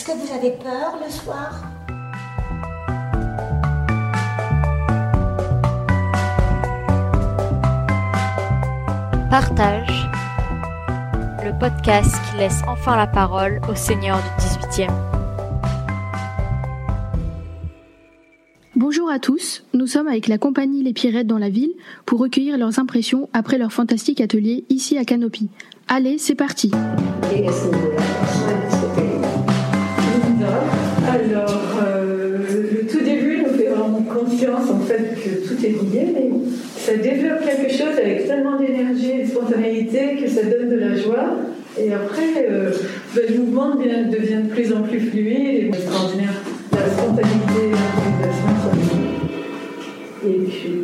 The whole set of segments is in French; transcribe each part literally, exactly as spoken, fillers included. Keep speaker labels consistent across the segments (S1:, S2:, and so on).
S1: Est-ce que vous avez peur le soir ?
S2: Partage, le podcast qui laisse enfin la parole aux seigneurs du dix-huitième.
S3: Bonjour à tous, nous sommes avec la compagnie Les Pierrettes dans la ville pour recueillir leurs impressions après leur fantastique atelier ici à Canopy. Allez, c'est parti.
S4: Alors, euh, le tout début nous fait vraiment confiance en fait que tout est lié, mais ça développe quelque chose avec tellement d'énergie et de spontanéité que ça donne de la joie. Et après, euh, ben, le mouvement devient, devient de plus en plus fluide et extraordinaire. La spontanéité, l'improvisation, ça. Et puis,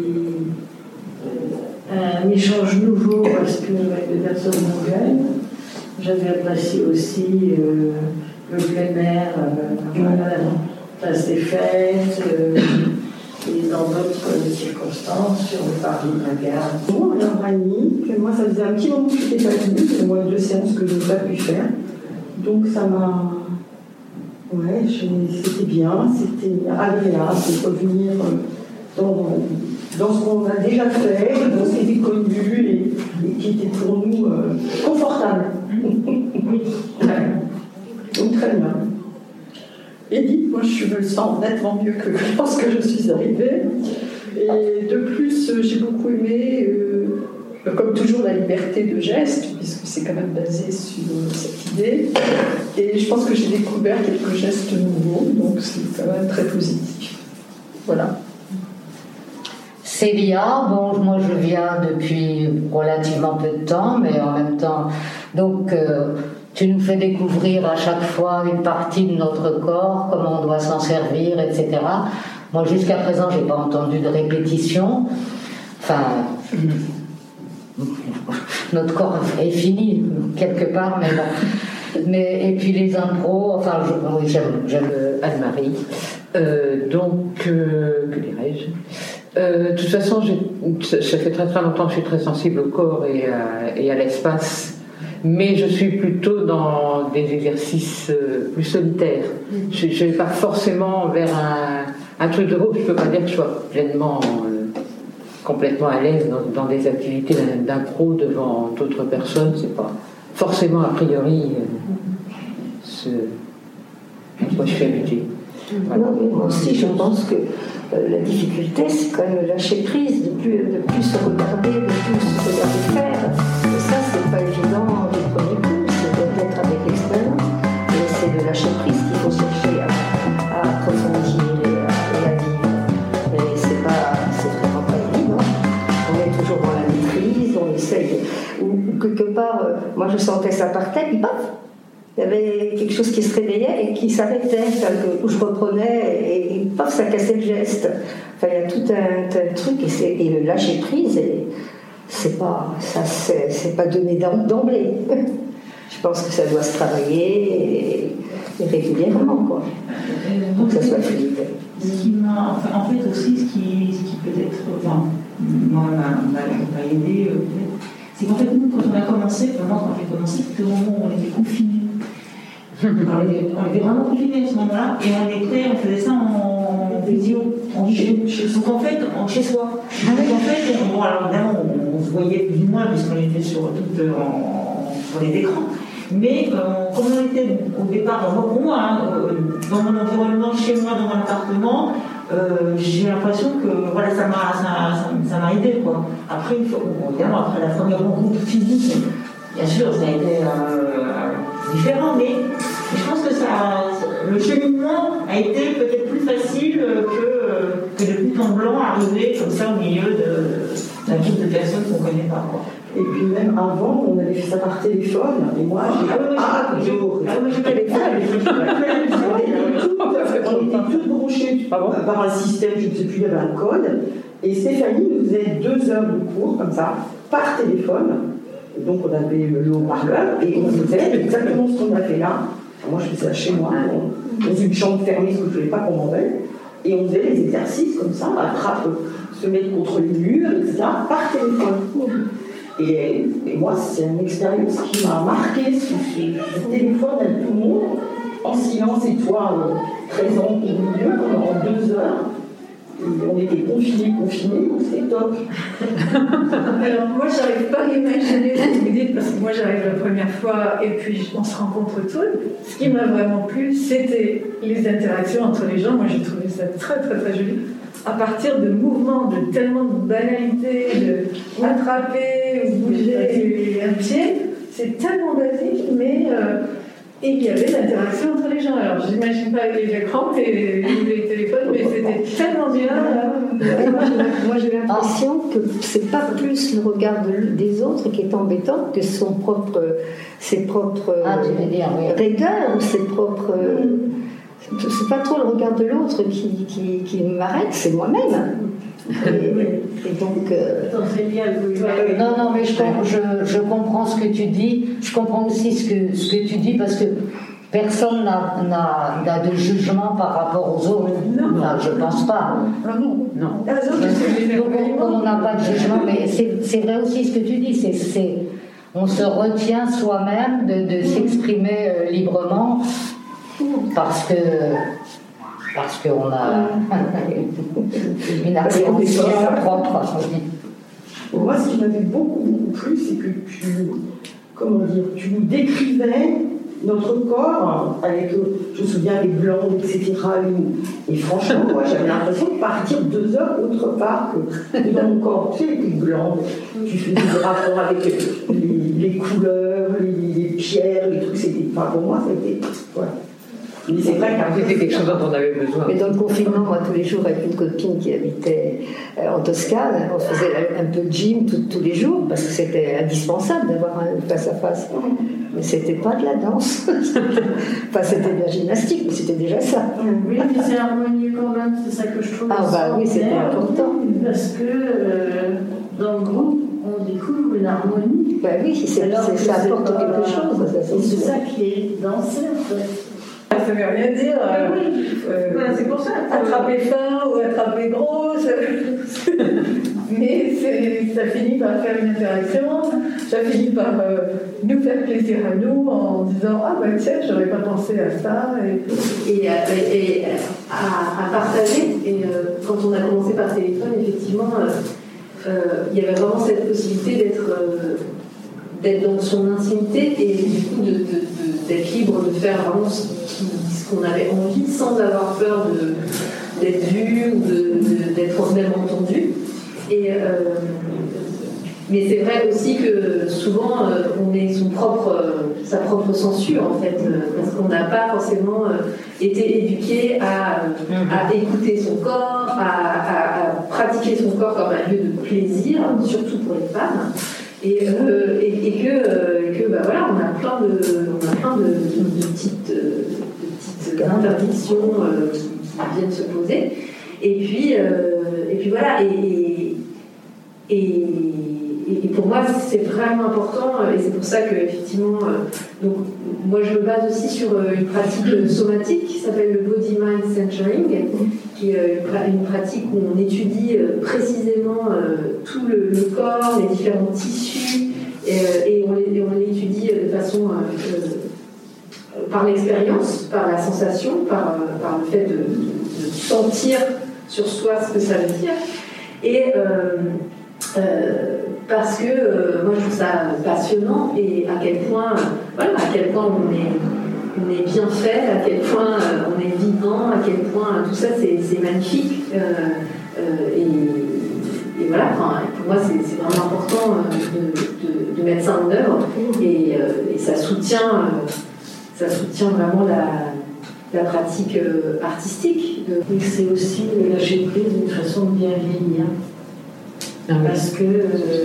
S4: euh, un échange nouveau parce que avec des personnes mondiales. J'avais apprécié aussi euh, le plein air, euh, place des fêtes, euh, et dans d'autres circonstances, sur le parvis de la gare. Bon, alors Annie, que moi ça faisait un petit moment que je n'étais pas venue, c'est moi deux séances que je n'ai pas pu faire. Donc ça m'a. Ouais, je... c'était bien, c'était agréable de revenir dans, dans ce qu'on a déjà fait, dans ce qui était connu et, et qui était pour nous euh, confortable. Oui, donc très bien. Edith, moi je me sens nettement mieux que lorsque je suis arrivée. Et de plus, j'ai beaucoup aimé, euh, comme toujours, la liberté de geste, puisque c'est quand même basé sur cette idée. Et je pense que j'ai découvert quelques gestes nouveaux, donc c'est quand même très positif. Voilà.
S5: Célia, bon, moi je viens depuis relativement peu de temps, mais en même temps, donc euh, tu nous fais découvrir à chaque fois une partie de notre corps, comment on doit s'en servir, et cetera. Moi jusqu'à présent, j'ai pas entendu de répétition. Enfin, notre corps est fini quelque part, mais bon. Mais, et puis les impros, enfin, je, oui, j'aime, j'aime
S6: Anne-Marie. Euh, donc, euh, que dirais-je ? Euh, de toute façon, j'ai, ça fait très très longtemps que je suis très sensible au corps et à, et à l'espace, mais je suis plutôt dans des exercices euh, plus solitaires. Je ne vais pas forcément vers un, un truc de groupe. Je ne peux pas dire que je sois pleinement, euh, complètement à l'aise dans, dans des activités d'impro devant d'autres personnes. C'est pas forcément a priori euh, ce à quoi je suis habituée.
S7: Voilà. Non, mais moi aussi, je pense que euh, la difficulté, c'est quand même lâcher prise, de plus, de plus se regarder, de plus se regarder faire. Et ça, c'est pas évident du premier coup, c'est d'être avec l'expérience. Et c'est de lâcher prise qu'il faut chercher à, à approfondir et à, et à vivre. Et c'est pas, c'est vraiment pas évident. On est toujours dans la maîtrise, on essaye. Ou, ou quelque part, euh, moi je sentais ça partait, puis paf! Il y avait quelque chose qui se réveillait et qui s'arrêtait, où je reprenais et, et paf, ça cassait le geste. Enfin, il y a tout un, un truc et, c'est, et le lâcher prise, et c'est pas, ça, c'est, c'est pas donné d'emblée. Je pense que ça doit se travailler et, et régulièrement, quoi. Pour que ça soit fluide.
S8: Ce qui m'a, enfin, en fait aussi, ce qui, ce qui peut-être, enfin, moi, m'a, m'a, m'a aidé, euh, c'est qu'en fait, nous, quand on a commencé, enfin, moi, quand j'ai commencé, c'était au moment où on était confinés. On était, on était vraiment confinés à ce moment-là, et on était, on faisait ça en visio, en visio. Donc en fait, en, chez soi. Donc en fait, on, bon, alors évidemment, on, on se voyait plus ou moins, puisqu'on était sur tout euh, en, sur les écrans. Mais euh, comme on était au départ, moi pour moi, hein, dans mon environnement, chez moi, dans mon appartement, euh, j'ai l'impression que voilà, ça m'a, ça, ça, ça m'a aidé, quoi. Après, une fois, bon, évidemment, après la première rencontre physique, bien sûr, ça a été euh, différent, mais je pense que ça, le cheminement a été peut-être plus facile que, que de but en blanc arriver comme ça au milieu de, d'un groupe de personnes qu'on ne connaît pas, quoi.
S4: Et puis même avant, on avait fait ça par téléphone, et moi j'ai
S8: ah,
S4: j'ai on était toutes branchées par un système, je ne sais plus, il y avait un code, et Stéphanie nous faisait deux heures de cours comme ça, par téléphone. Et donc on avait le haut-parleur, et on faisait exactement ce qu'on a fait là. Moi je faisais ça chez moi, dans une chambre fermée, parce que je ne voulais pas qu'on m'embête, et on faisait les exercices comme ça, attrape, se mettre contre les murs, et cetera, par téléphone. Et, et moi, c'est une expérience qui m'a marqué, ce, ce téléphone avec tout le monde.
S9: en silence et toi euh, présente au milieu pendant deux heures. Et on était confinés, confinés, c'est top.
S4: Alors moi, j'arrive pas à imaginer ce que vous dites parce que moi, j'arrive la première fois et puis on se rencontre tous. Ce qui m'a vraiment plu, c'était les interactions entre les gens. Moi, j'ai trouvé ça très, très, très joli. À partir de mouvements, de tellement de banalité, de attraper ou bouger un pied, c'est tellement basique, mais euh, et il y avait l'interaction entre les gens. Alors, j'imagine pas avec les écrans et les téléphones, mais c'était tellement bien.
S7: Ouais, moi, j'ai, moi, j'ai l'impression que c'est pas plus le regard de, des autres qui est embêtant que son propre, ses propres
S5: ah, tu veux dire, oui.
S7: rigueurs ou ses propres. C'est pas trop le regard de l'autre qui, qui, qui m'arrête, c'est moi-même. Et, et donc. Euh...
S5: Non, non, mais je, je, je comprends ce que tu dis. Je comprends aussi ce que, ce que tu dis parce que personne n'a, n'a, n'a de jugement par rapport aux autres.
S4: Non,
S5: enfin, je pense pas.
S4: Ah non,
S6: non.
S5: Donc, on n'a pas de jugement, mais c'est, c'est vrai aussi ce que tu dis. C'est, c'est, on se retient soi-même de, de s'exprimer euh, librement. Parce que parce qu'on a une appréhension propre.
S9: Pour moi, ce qui m'avait beaucoup, beaucoup plu, c'est que tu, comment dire, tu nous décrivais notre corps avec, je me souviens, les glandes, et cetera. Et franchement, moi, j'avais l'impression de partir deux heures autre part que dans mon corps. Tu sais, les glandes, tu faisais des rapports avec les, les couleurs, les, les pierres, les trucs. C'était, enfin, pour moi, c'était. Voilà.
S6: Mais c'est vrai que c'était quelque chose dont on avait besoin.
S7: Mais dans le confinement, moi, tous les jours, avec une copine qui habitait en Toscane, on faisait un peu de gym tout, tous les jours, parce que c'était indispensable d'avoir un face-à-face. Mais c'était pas de la danse. Enfin, c'était de la gymnastique, mais c'était déjà ça.
S4: Oui, mais c'est harmonieux quand même, c'est ça que je trouve.
S7: Ah, bah oui, c'était important.
S4: Parce que euh, dans le groupe, on découvre une harmonie.
S7: Bah oui, c'est, c'est, ça apporte pas, quelque chose. Ça,
S4: c'est, c'est ça qui est dansé, en fait. Ça ne veut rien dire. Euh, oui. euh, voilà, c'est pour ça. Attraper fin ou attraper gros, ça... mais c'est, ça finit par faire une interaction, ça finit par euh, nous faire plaisir à nous en disant ah ben tiens, j'aurais pas pensé à ça.
S10: Et, et, et, et à, à partager. Et euh, quand on a commencé par téléphone, effectivement, euh, euh, il y avait vraiment cette possibilité d'être. Euh, d'être dans son intimité et du coup de, de, de, d'être libre de faire vraiment ce, ce qu'on avait envie sans avoir peur de, d'être vu ou de, de, d'être même entendu. Et, euh, mais c'est vrai aussi que souvent euh, on est son propre, euh, sa propre censure en fait, euh, parce qu'on n'a pas forcément euh, été éduqué à, à écouter son corps, à, à, à pratiquer son corps comme un lieu de plaisir, surtout pour les femmes. Et, euh, et, et que, euh, que bah voilà, on a plein de, on a plein de, de, de, petites, de petites interdictions euh, qui, qui viennent se poser. Et puis, euh, et puis voilà, et, et, et pour moi, c'est vraiment important, et c'est pour ça que, effectivement, euh, donc, moi je me base aussi sur une pratique somatique qui s'appelle le Body Mind Centering, qui est une pratique où on étudie précisément tout le, le corps, les différents tissus, et, et on, les, on l'étudie de façon euh, par l'expérience, par la sensation, par, par le fait de, de, de sentir sur soi ce que ça veut dire. Et euh, euh, parce que euh, moi je trouve ça passionnant et à quel point, voilà, à quel point on est, on est bien fait, à quel point euh, on est vivant, à quel point tout ça c'est, c'est magnifique. Euh, euh, et, et voilà, enfin, pour moi c'est, c'est vraiment important de, de, de mettre ça en œuvre et, euh, et ça soutient, euh, ça soutient vraiment la, la pratique euh, artistique. De...
S4: Et c'est aussi le lâcher prise d'une façon de bien vieillir. Parce que, euh,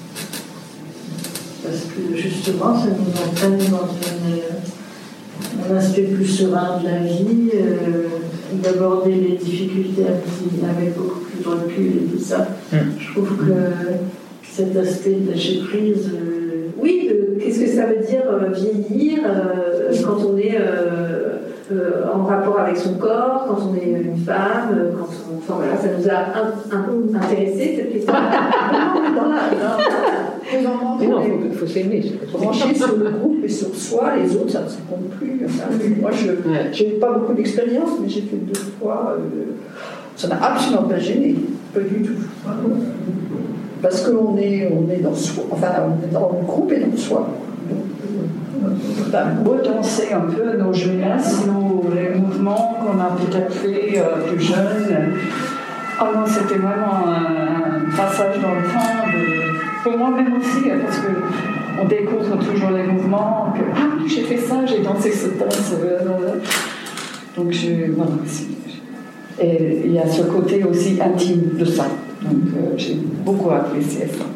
S4: parce que justement, ça nous entraîne dans une, un aspect plus serein de la vie, euh, d'aborder les difficultés avec beaucoup plus de recul et tout ça. Mm. Je trouve que cet aspect de lâcher prise. Euh,
S10: oui, de, qu'est-ce que ça veut dire euh, vieillir euh, quand on est. Euh, euh, en rapport avec son corps, quand on est une femme, quand on, enfin voilà, ça nous a un, un, intéressé cette question.
S6: Mais non, il faut, faut s'aimer.
S7: Brancher sur le groupe et sur soi, les autres, ça ne se compte plus. Enfin, moi, je n'ai pas beaucoup d'expérience, mais j'ai fait deux fois. Euh, ça n'a absolument pas gêné, pas du tout. Parce qu'on est, on est dans soi, enfin, on est dans le groupe et dans soi.
S11: Ben, redanser un peu nos jeunesses, nos, les mouvements qu'on a peut-être fait euh, plus jeunes. Oh non, c'était vraiment un, un passage dans le temps, de, pour moi-même aussi, parce qu'on découvre toujours les mouvements, que ah oui, j'ai fait ça, j'ai dansé ce danse. Donc, je, voilà. Et il y a ce côté aussi intime de ça. Donc, euh, j'ai beaucoup apprécié ça.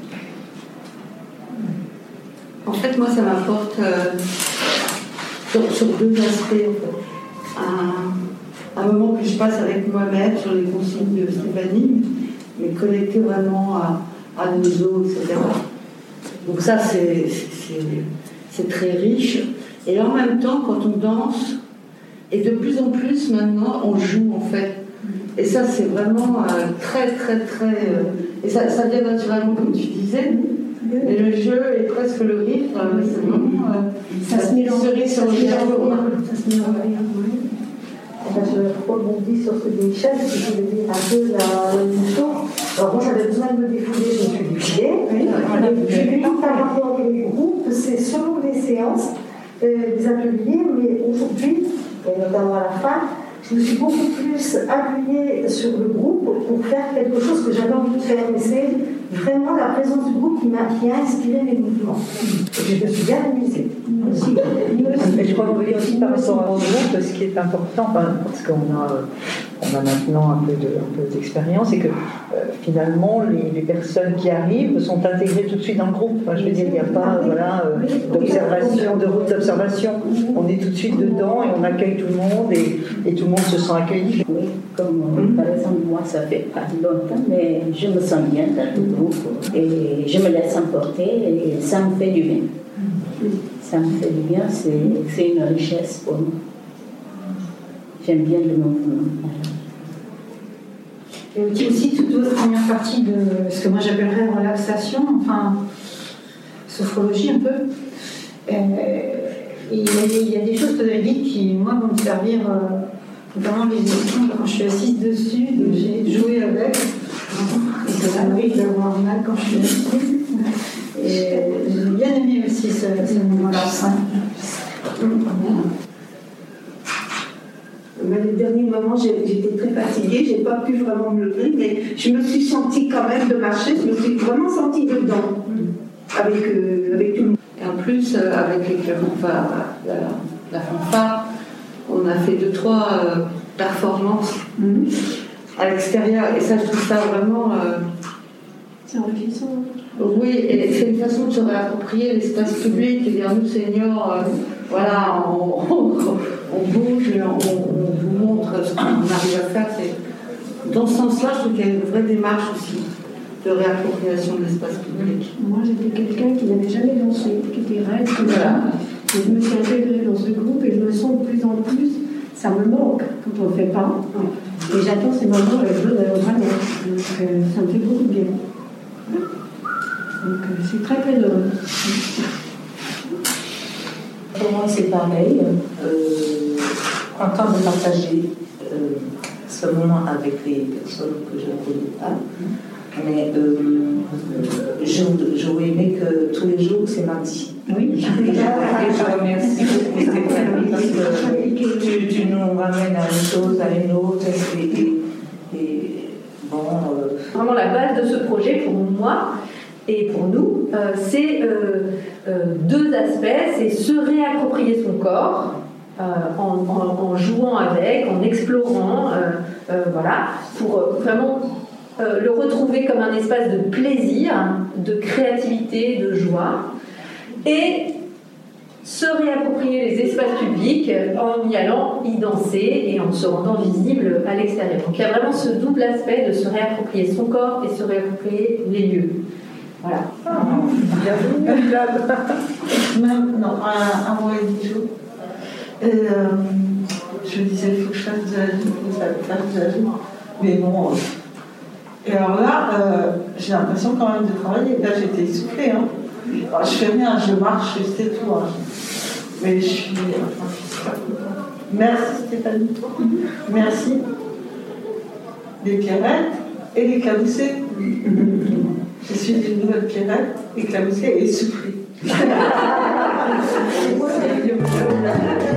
S1: En fait, moi, ça m'apporte euh, sur, sur deux aspects. En fait. un, un moment que je passe avec moi-même sur les consignes de Stéphanie, mais connecté vraiment à, à nos os, et cetera. Donc ça, c'est, c'est, c'est très riche. Et en même temps, quand on danse, et de plus en plus maintenant, on joue en fait. Et ça, c'est vraiment euh, très, très, très... Euh, et ça, ça vient naturellement, comme tu disais. Et le jeu est presque le rire, euh, c'est vraiment... Euh,
S4: ça se mélange.
S1: Cerise sur le gâteau.
S4: Ça se mélange.
S12: Je rebondis sur ce que dit Michel, parce que je voulais dire un peu la, la même chose. Alors moi, j'avais besoin de me défouler, je me suis défilée. Oui, j'ai vu tout par rapport au groupe, c'est selon les séances, euh, des ateliers, mais aujourd'hui, et notamment à la fin, je me suis beaucoup plus appuyée sur le groupe pour faire quelque chose que j'avais envie de faire. Mais c'est vraiment la présence du groupe qui m'a qui a inspiré mes mouvements. Et je me suis bien amusée. Aussi.
S7: Mais je crois qu'on veut dire aussi par rapport au groupe, ce qui est important, parce qu'on a, on a maintenant un peu, de, un peu d'expérience, c'est que euh, finalement, les, les personnes qui arrivent sont intégrées tout de suite dans le groupe. Enfin, je veux dire, il n'y a pas voilà, euh, d'observation, de route d'observation. On est tout de suite dedans et on accueille tout le monde et, et tout le monde se sent accueilli.
S13: Oui, comme mmh. par exemple, moi, ça fait pas longtemps, mais je me sens bien dans le groupe et je me laisse emporter et ça me fait du bien. Mmh. Ça me fait du bien, c'est, c'est une richesse pour moi. J'aime bien le mouvement.
S4: Et aussi toute votre première partie de ce que moi j'appellerais relaxation, enfin sophrologie un peu. Euh, il, y a, il y a des choses que vous avez dites qui, moi, vont me servir, euh, notamment les émotions, quand je suis assise dessus, donc j'ai joué avec. Et ça m'arrive d'avoir mal quand je suis assise. Et j'ai bien aimé aussi ce, ce moment-là.
S1: Les derniers moments, j'étais très fatiguée, je n'ai pas pu vraiment me lever, mais je me suis sentie quand même de marcher, je me suis vraiment sentie dedans, avec, euh, avec tout le monde. Et en plus, euh, avec les enfin, la, la fanfare, on a fait deux, trois euh, performances mm-hmm. à l'extérieur, et ça, je trouve ça vraiment... Euh,
S4: c'est enrichissant.
S1: Oui, et c'est une façon de se réapproprier l'espace public, et dire nous, seniors, euh, voilà, on, on, on bouge, on, on vous montre ce qu'on arrive à faire. C'est... Dans ce sens-là, je trouve qu'il y a une vraie démarche aussi de réappropriation de l'espace public.
S4: Moi, j'étais quelqu'un qui n'avait jamais dansé, qui était raide, comme ça. Et je me suis intégrée dans ce groupe et je me sens de plus en plus, ça me manque quand on ne le fait pas. Et j'attends ces moments avec le vraiment. Donc, euh, ça me fait beaucoup de bien. Donc, euh, c'est très très heureux.
S13: Pour moi, c'est pareil. Euh, content de partager euh, ce moment avec les personnes que je ne connais pas. Mais euh, j'aurais aimé que tous les jours, c'est mardi.
S4: Oui.
S13: Et je remercie beaucoup Stéphanie parce que tu, tu nous ramènes à une chose, à une autre. Et, et, et bon. Euh...
S10: Vraiment, la base de ce projet pour moi et pour nous, euh, c'est euh, euh, deux aspects. C'est se réapproprier son corps. Euh, en, en, en jouant avec, en explorant, euh, euh, voilà, pour euh, vraiment euh, le retrouver comme un espace de plaisir, de créativité, de joie, et se réapproprier les espaces publics en y allant y danser et en se rendant visible à l'extérieur. Donc il y a vraiment ce double aspect de se réapproprier son corps et se réapproprier les lieux. Voilà.
S1: Ah, bienvenue, non, un, un mot et dix jours. Euh,
S14: je me disais, il faut que je fasse de la gym, il faut que je fasse de la gym. Mais bon. Euh, et alors là, euh, j'ai l'impression quand même de travailler. Là, j'étais essoufflée. Hein. Alors, je fais rien, je marche, c'est tout. Hein. Mais je suis. Enfin, je suis pas contente. Merci Stéphanie. Merci. Des Pierrettes et des Clavoussées. Je suis une nouvelle Pierrette, éclaboussée et essoufflée.